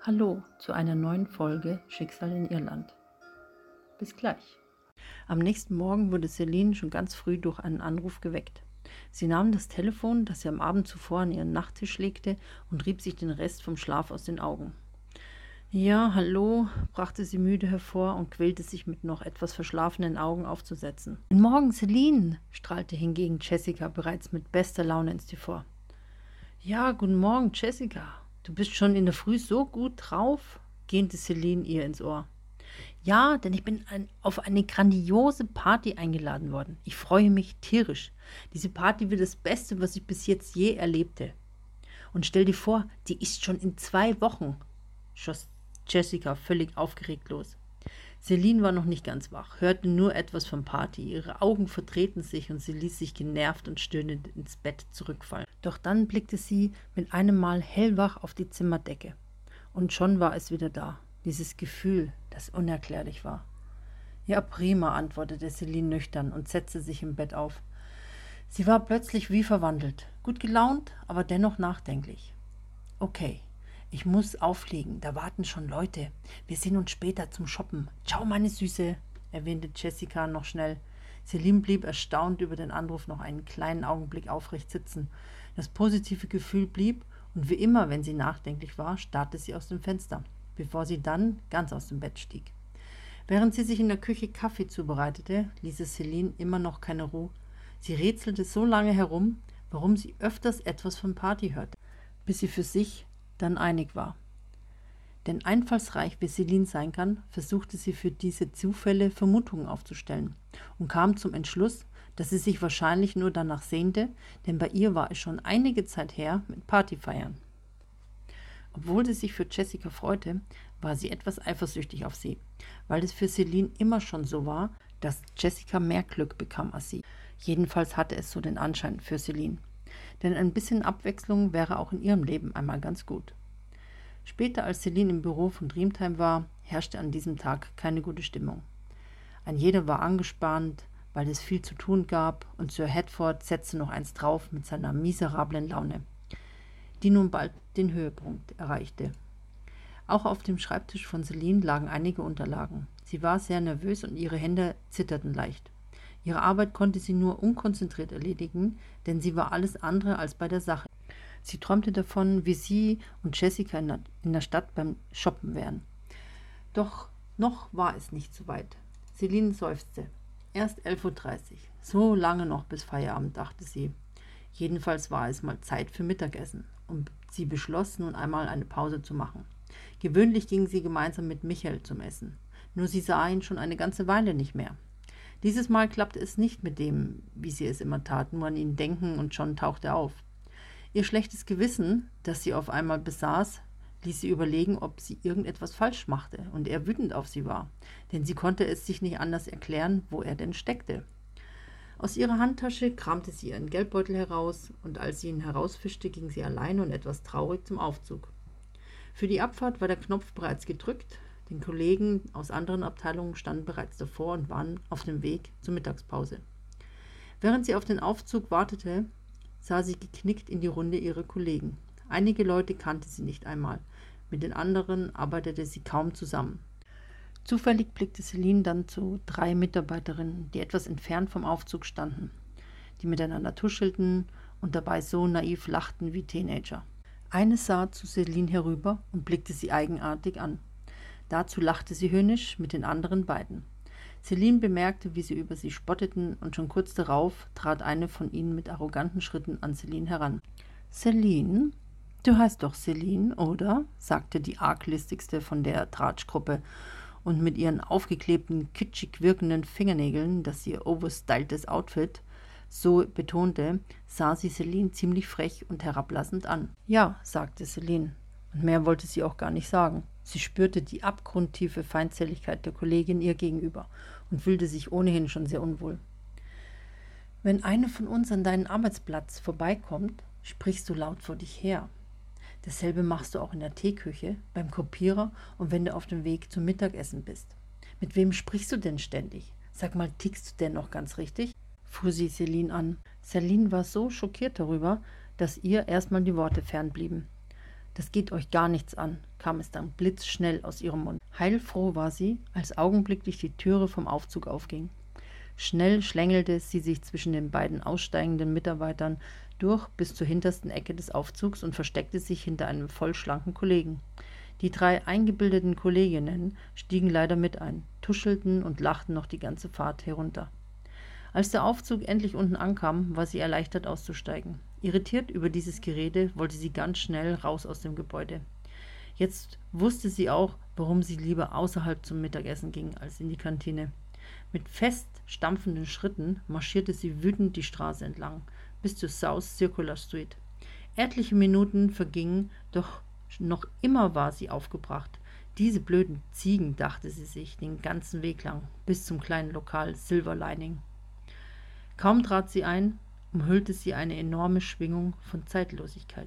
Hallo zu einer neuen Folge Schicksal in Irland. Bis gleich. Am nächsten Morgen wurde Celine schon ganz früh durch einen Anruf geweckt. Sie nahm das Telefon, das sie am Abend zuvor an ihren Nachttisch legte, und rieb sich den Rest vom Schlaf aus den Augen. Ja, hallo, brachte sie müde hervor und quälte sich mit noch etwas verschlafenen Augen aufzusetzen. Guten Morgen, Celine, strahlte hingegen Jessica bereits mit bester Laune ins Tivor. Ja, guten Morgen, Jessica. Du bist schon in der Früh so gut drauf, gähnte Celine ihr ins Ohr. Ja, denn ich bin auf eine grandiose Party eingeladen worden. Ich freue mich tierisch. Diese Party wird das Beste, was ich bis jetzt je erlebte. Und stell dir vor, die ist schon in 2 Wochen, schoss Jessica völlig aufgeregt los. Celine war noch nicht ganz wach, hörte nur etwas vom Party. Ihre Augen verdrehten sich und sie ließ sich genervt und stöhnend ins Bett zurückfallen. Doch dann blickte sie mit einem Mal hellwach auf die Zimmerdecke. Und schon war es wieder da, dieses Gefühl, das unerklärlich war. Ja, prima, antwortete Celine nüchtern und setzte sich im Bett auf. Sie war plötzlich wie verwandelt, gut gelaunt, aber dennoch nachdenklich. Okay. Ich muss auflegen, da warten schon Leute. Wir sehen uns später zum Shoppen. Ciao, meine Süße, erwähnte Jessica noch schnell. Celine blieb erstaunt über den Anruf noch einen kleinen Augenblick aufrecht sitzen. Das positive Gefühl blieb, und wie immer, wenn sie nachdenklich war, starrte sie aus dem Fenster, bevor sie dann ganz aus dem Bett stieg. Während sie sich in der Küche Kaffee zubereitete, ließ es Celine immer noch keine Ruhe. Sie rätselte so lange herum, warum sie öfters etwas von Party hörte, bis sie für sich dann einig war. Denn einfallsreich wie Celine sein kann, versuchte sie für diese Zufälle Vermutungen aufzustellen und kam zum Entschluss, dass sie sich wahrscheinlich nur danach sehnte, denn bei ihr war es schon einige Zeit her mit Partyfeiern. Obwohl sie sich für Jessica freute, war sie etwas eifersüchtig auf sie, weil es für Celine immer schon so war, dass Jessica mehr Glück bekam als sie. Jedenfalls hatte es so den Anschein für Celine. Denn ein bisschen Abwechslung wäre auch in ihrem Leben einmal ganz gut. Später, als Celine im Büro von Dreamtime war, herrschte an diesem Tag keine gute Stimmung. Ein jeder war angespannt, weil es viel zu tun gab, und Sir Hedford setzte noch eins drauf mit seiner miserablen Laune, die nun bald den Höhepunkt erreichte. Auch auf dem Schreibtisch von Celine lagen einige Unterlagen. Sie war sehr nervös und ihre Hände zitterten leicht. Ihre Arbeit konnte sie nur unkonzentriert erledigen, denn sie war alles andere als bei der Sache. Sie träumte davon, wie sie und Jessica in der Stadt beim Shoppen wären. Doch noch war es nicht so weit. Celine seufzte. Erst 11:30 Uhr. So lange noch bis Feierabend, dachte sie. Jedenfalls war es mal Zeit für Mittagessen, und sie beschloss, nun einmal eine Pause zu machen. Gewöhnlich ging sie gemeinsam mit Michael zum Essen. Nur sie sah ihn schon eine ganze Weile nicht mehr. Dieses Mal klappte es nicht mit dem, wie sie es immer tat, nur an ihn denken und schon tauchte er auf. Ihr schlechtes Gewissen, das sie auf einmal besaß, ließ sie überlegen, ob sie irgendetwas falsch machte und er wütend auf sie war, denn sie konnte es sich nicht anders erklären, wo er denn steckte. Aus ihrer Handtasche kramte sie ihren Geldbeutel heraus, und als sie ihn herausfischte, ging sie allein und etwas traurig zum Aufzug. Für die Abfahrt war der Knopf bereits gedrückt. Die Kollegen aus anderen Abteilungen standen bereits davor und waren auf dem Weg zur Mittagspause. Während sie auf den Aufzug wartete, sah sie geknickt in die Runde ihrer Kollegen. Einige Leute kannte sie nicht einmal. Mit den anderen arbeitete sie kaum zusammen. Zufällig blickte Celine dann zu 3 Mitarbeiterinnen, die etwas entfernt vom Aufzug standen, die miteinander tuschelten und dabei so naiv lachten wie Teenager. Eine sah zu Celine herüber und blickte sie eigenartig an. Dazu lachte sie höhnisch mit den anderen beiden. Celine bemerkte, wie sie über sie spotteten, und schon kurz darauf trat eine von ihnen mit arroganten Schritten an Celine heran. »Celine? Du heißt doch Celine, oder?« sagte die arglistigste von der Tratschgruppe, und mit ihren aufgeklebten, kitschig wirkenden Fingernägeln, das ihr overstyltes Outfit so betonte, sah sie Celine ziemlich frech und herablassend an. »Ja«, sagte Celine, und mehr wollte sie auch gar nicht sagen. Sie spürte die abgrundtiefe Feindseligkeit der Kollegin ihr gegenüber und fühlte sich ohnehin schon sehr unwohl. »Wenn eine von uns an deinen Arbeitsplatz vorbeikommt, sprichst du laut vor dich her. Dasselbe machst du auch in der Teeküche, beim Kopierer und wenn du auf dem Weg zum Mittagessen bist. Mit wem sprichst du denn ständig? Sag mal, tickst du denn noch ganz richtig?« fuhr sie Celine an. Celine war so schockiert darüber, dass ihr erstmal die Worte fernblieben. »Das geht euch gar nichts an«, kam es dann blitzschnell aus ihrem Mund. Heilfroh war sie, als augenblicklich die Türe vom Aufzug aufging. Schnell schlängelte sie sich zwischen den beiden aussteigenden Mitarbeitern durch bis zur hintersten Ecke des Aufzugs und versteckte sich hinter einem vollschlanken Kollegen. Die 3 eingebildeten Kolleginnen stiegen leider mit ein, tuschelten und lachten noch die ganze Fahrt herunter. Als der Aufzug endlich unten ankam, war sie erleichtert auszusteigen. Irritiert über dieses Gerede wollte sie ganz schnell raus aus dem Gebäude. Jetzt wusste sie auch, warum sie lieber außerhalb zum Mittagessen ging als in die Kantine. Mit fest stampfenden Schritten marschierte sie wütend die Straße entlang, bis zur South Circular Street. Etliche Minuten vergingen, doch noch immer war sie aufgebracht. Diese blöden Ziegen, dachte sie sich, den ganzen Weg lang, bis zum kleinen Lokal Silver Lining. Kaum trat sie ein, umhüllte sie eine enorme Schwingung von Zeitlosigkeit.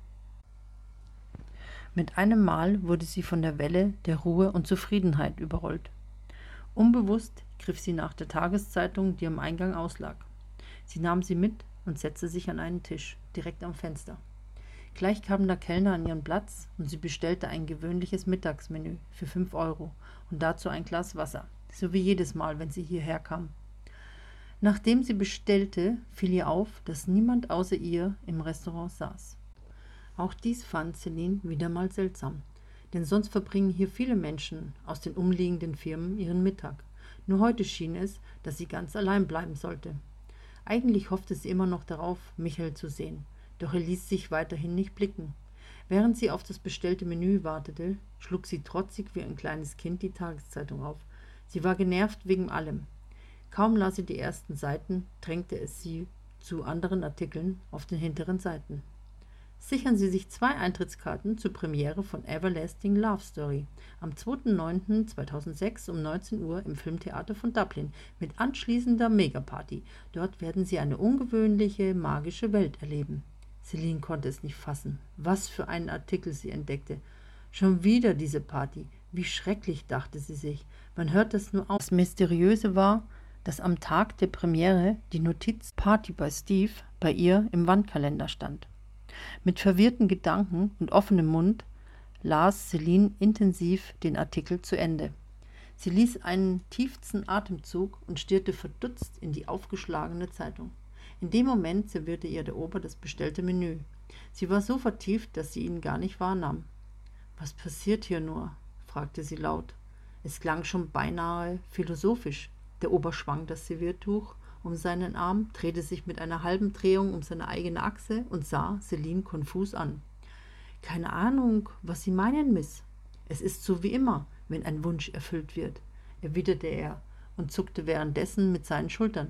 Mit einem Mal wurde sie von der Welle der Ruhe und Zufriedenheit überrollt. Unbewusst griff sie nach der Tageszeitung, die am Eingang auslag. Sie nahm sie mit und setzte sich an einen Tisch, direkt am Fenster. Gleich kam der Kellner an ihren Platz und sie bestellte ein gewöhnliches Mittagsmenü für 5 € und dazu ein Glas Wasser, so wie jedes Mal, wenn sie hierher kam. Nachdem sie bestellte, fiel ihr auf, dass niemand außer ihr im Restaurant saß. Auch dies fand Celine wieder mal seltsam, denn sonst verbringen hier viele Menschen aus den umliegenden Firmen ihren Mittag. Nur heute schien es, dass sie ganz allein bleiben sollte. Eigentlich hoffte sie immer noch darauf, Michael zu sehen, doch er ließ sich weiterhin nicht blicken. Während sie auf das bestellte Menü wartete, schlug sie trotzig wie ein kleines Kind die Tageszeitung auf. Sie war genervt wegen allem. Kaum las sie die ersten Seiten, drängte es sie zu anderen Artikeln auf den hinteren Seiten. Sichern Sie sich 2 Eintrittskarten zur Premiere von Everlasting Love Story am 2.9.2006 um 19 Uhr im Filmtheater von Dublin mit anschließender Megaparty. Dort werden Sie eine ungewöhnliche, magische Welt erleben. Celine konnte es nicht fassen, was für einen Artikel sie entdeckte. Schon wieder diese Party. Wie schrecklich, dachte sie sich. Man hört das nur auf. Das Mysteriöse war, dass am Tag der Premiere die Notiz Party by Steve bei ihr im Wandkalender stand. Mit verwirrten Gedanken und offenem Mund las Celine intensiv den Artikel zu Ende. Sie ließ einen tiefen Atemzug und stierte verdutzt in die aufgeschlagene Zeitung. In dem Moment servierte ihr der Ober das bestellte Menü. Sie war so vertieft, dass sie ihn gar nicht wahrnahm. »Was passiert hier nur?« fragte sie laut. Es klang schon beinahe philosophisch. Der Ober schwang das Serviertuch um seinen Arm, drehte sich mit einer halben Drehung um seine eigene Achse und sah Celine konfus an. »Keine Ahnung, was Sie meinen, Miss. Es ist so wie immer, wenn ein Wunsch erfüllt wird«, erwiderte er und zuckte währenddessen mit seinen Schultern.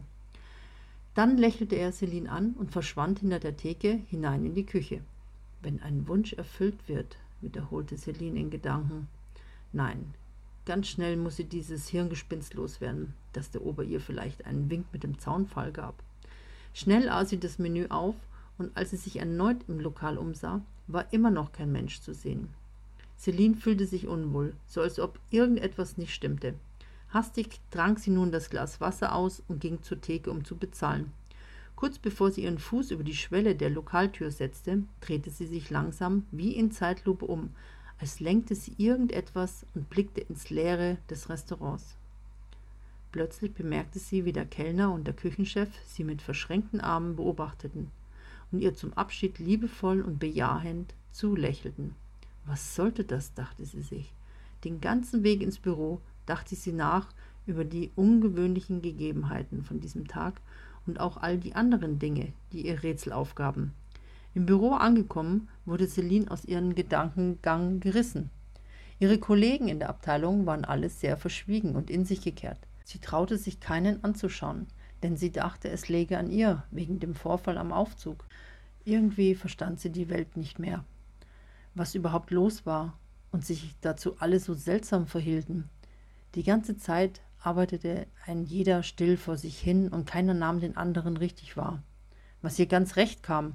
Dann lächelte er Celine an und verschwand hinter der Theke hinein in die Küche. »Wenn ein Wunsch erfüllt wird«, wiederholte Celine in Gedanken. Nein, ganz schnell muss sie dieses Hirngespinst loswerden, dass der Ober ihr vielleicht einen Wink mit dem Zaunpfahl gab. Schnell aß sie das Menü auf, und als sie sich erneut im Lokal umsah, war immer noch kein Mensch zu sehen. Celine fühlte sich unwohl, so als ob irgendetwas nicht stimmte. Hastig trank sie nun das Glas Wasser aus und ging zur Theke, um zu bezahlen. Kurz bevor sie ihren Fuß über die Schwelle der Lokaltür setzte, drehte sie sich langsam wie in Zeitlupe um, als lenkte sie irgendetwas und blickte ins Leere des Restaurants. Plötzlich bemerkte sie, wie der Kellner und der Küchenchef sie mit verschränkten Armen beobachteten und ihr zum Abschied liebevoll und bejahend zulächelten. Was sollte das, dachte sie sich. Den ganzen Weg ins Büro dachte sie nach über die ungewöhnlichen Gegebenheiten von diesem Tag und auch all die anderen Dinge, die ihr Rätsel aufgaben. Im Büro angekommen, wurde Celine aus ihrem Gedankengang gerissen. Ihre Kollegen in der Abteilung waren alles sehr verschwiegen und in sich gekehrt. Sie traute sich keinen anzuschauen, denn sie dachte, es läge an ihr, wegen dem Vorfall am Aufzug. Irgendwie verstand sie die Welt nicht mehr, was überhaupt los war und sich dazu alle so seltsam verhielten. Die ganze Zeit arbeitete ein jeder still vor sich hin und keiner nahm den anderen richtig wahr. Was ihr ganz recht kam,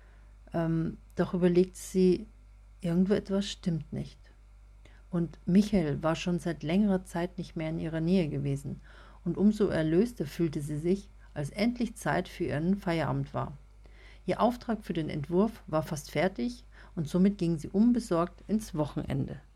doch überlegte sie, irgendetwas stimmt nicht. Und Michael war schon seit längerer Zeit nicht mehr in ihrer Nähe gewesen, und umso erlöster fühlte sie sich, als endlich Zeit für ihren Feierabend war. Ihr Auftrag für den Entwurf war fast fertig, und somit ging sie unbesorgt ins Wochenende.